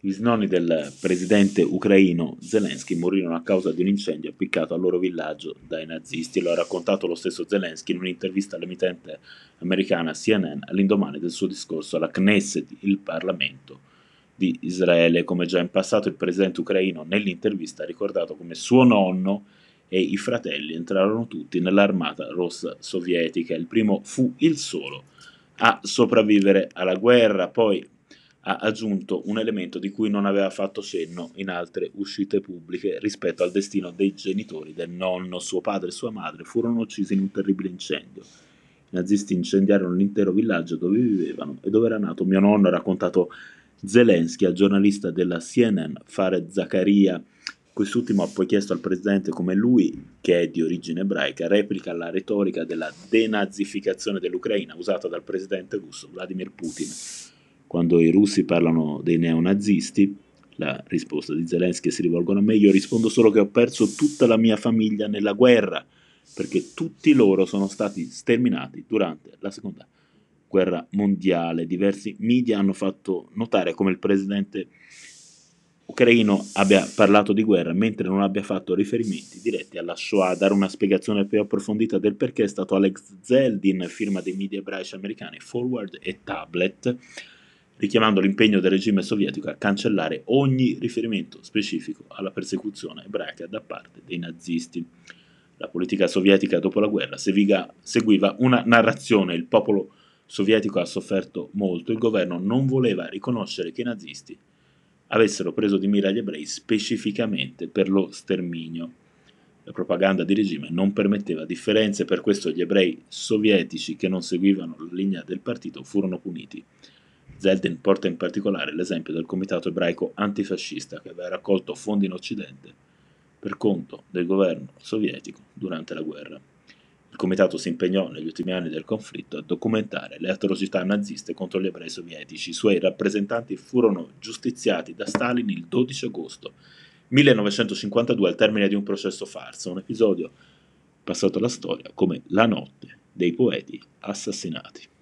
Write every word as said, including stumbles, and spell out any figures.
I bisnonni del presidente ucraino Zelensky morirono a causa di un incendio appiccato al loro villaggio dai nazisti. Lo ha raccontato lo stesso Zelensky in un'intervista all'emittente americana C N N all'indomani del suo discorso alla Knesset, il Parlamento di Israele. Come già in passato, il presidente ucraino nell'intervista ha ricordato come suo nonno e i fratelli entrarono tutti nell'armata rossa sovietica. Il primo fu il solo a sopravvivere alla guerra. Poi ha aggiunto un elemento di cui non aveva fatto cenno in altre uscite pubbliche rispetto al destino dei genitori del nonno. Suo padre e sua madre furono uccisi in un terribile incendio. I nazisti incendiarono l'intero villaggio dove vivevano e dove era nato mio nonno, ha raccontato Zelensky al giornalista della C N N Fared Zakaria. Quest'ultimo ha poi chiesto al presidente come lui, che è di origine ebraica, replica la retorica della denazificazione dell'Ucraina usata dal presidente russo Vladimir Putin. Quando i russi parlano dei neonazisti, la risposta di Zelensky si rivolgono a me, io rispondo solo che ho perso tutta la mia famiglia nella guerra, perché tutti loro sono stati sterminati durante la seconda guerra mondiale. Diversi media hanno fatto notare come il presidente ucraino abbia parlato di guerra mentre non abbia fatto riferimenti diretti alla Shoah. A dare una spiegazione più approfondita del perché è stato Alex Zeldin, firma dei media ebraici americani Forward e Tablet, richiamando l'impegno del regime sovietico a cancellare ogni riferimento specifico alla persecuzione ebraica da parte dei nazisti. La politica sovietica dopo la guerra seguiva, seguiva una narrazione: il popolo sovietico ha sofferto molto, il governo non voleva riconoscere che i nazisti avessero preso di mira gli ebrei specificamente per lo sterminio. La propaganda di regime non permetteva differenze, per questo gli ebrei sovietici che non seguivano la linea del partito furono puniti. Zeldin porta in particolare l'esempio del comitato ebraico antifascista che aveva raccolto fondi in Occidente per conto del governo sovietico durante la guerra. Il comitato si impegnò negli ultimi anni del conflitto a documentare le atrocità naziste contro gli ebrei sovietici. I suoi rappresentanti furono giustiziati da Stalin il dodici agosto millenovecentocinquantadue al termine di un processo farsa, un episodio passato alla storia come la notte dei poeti assassinati.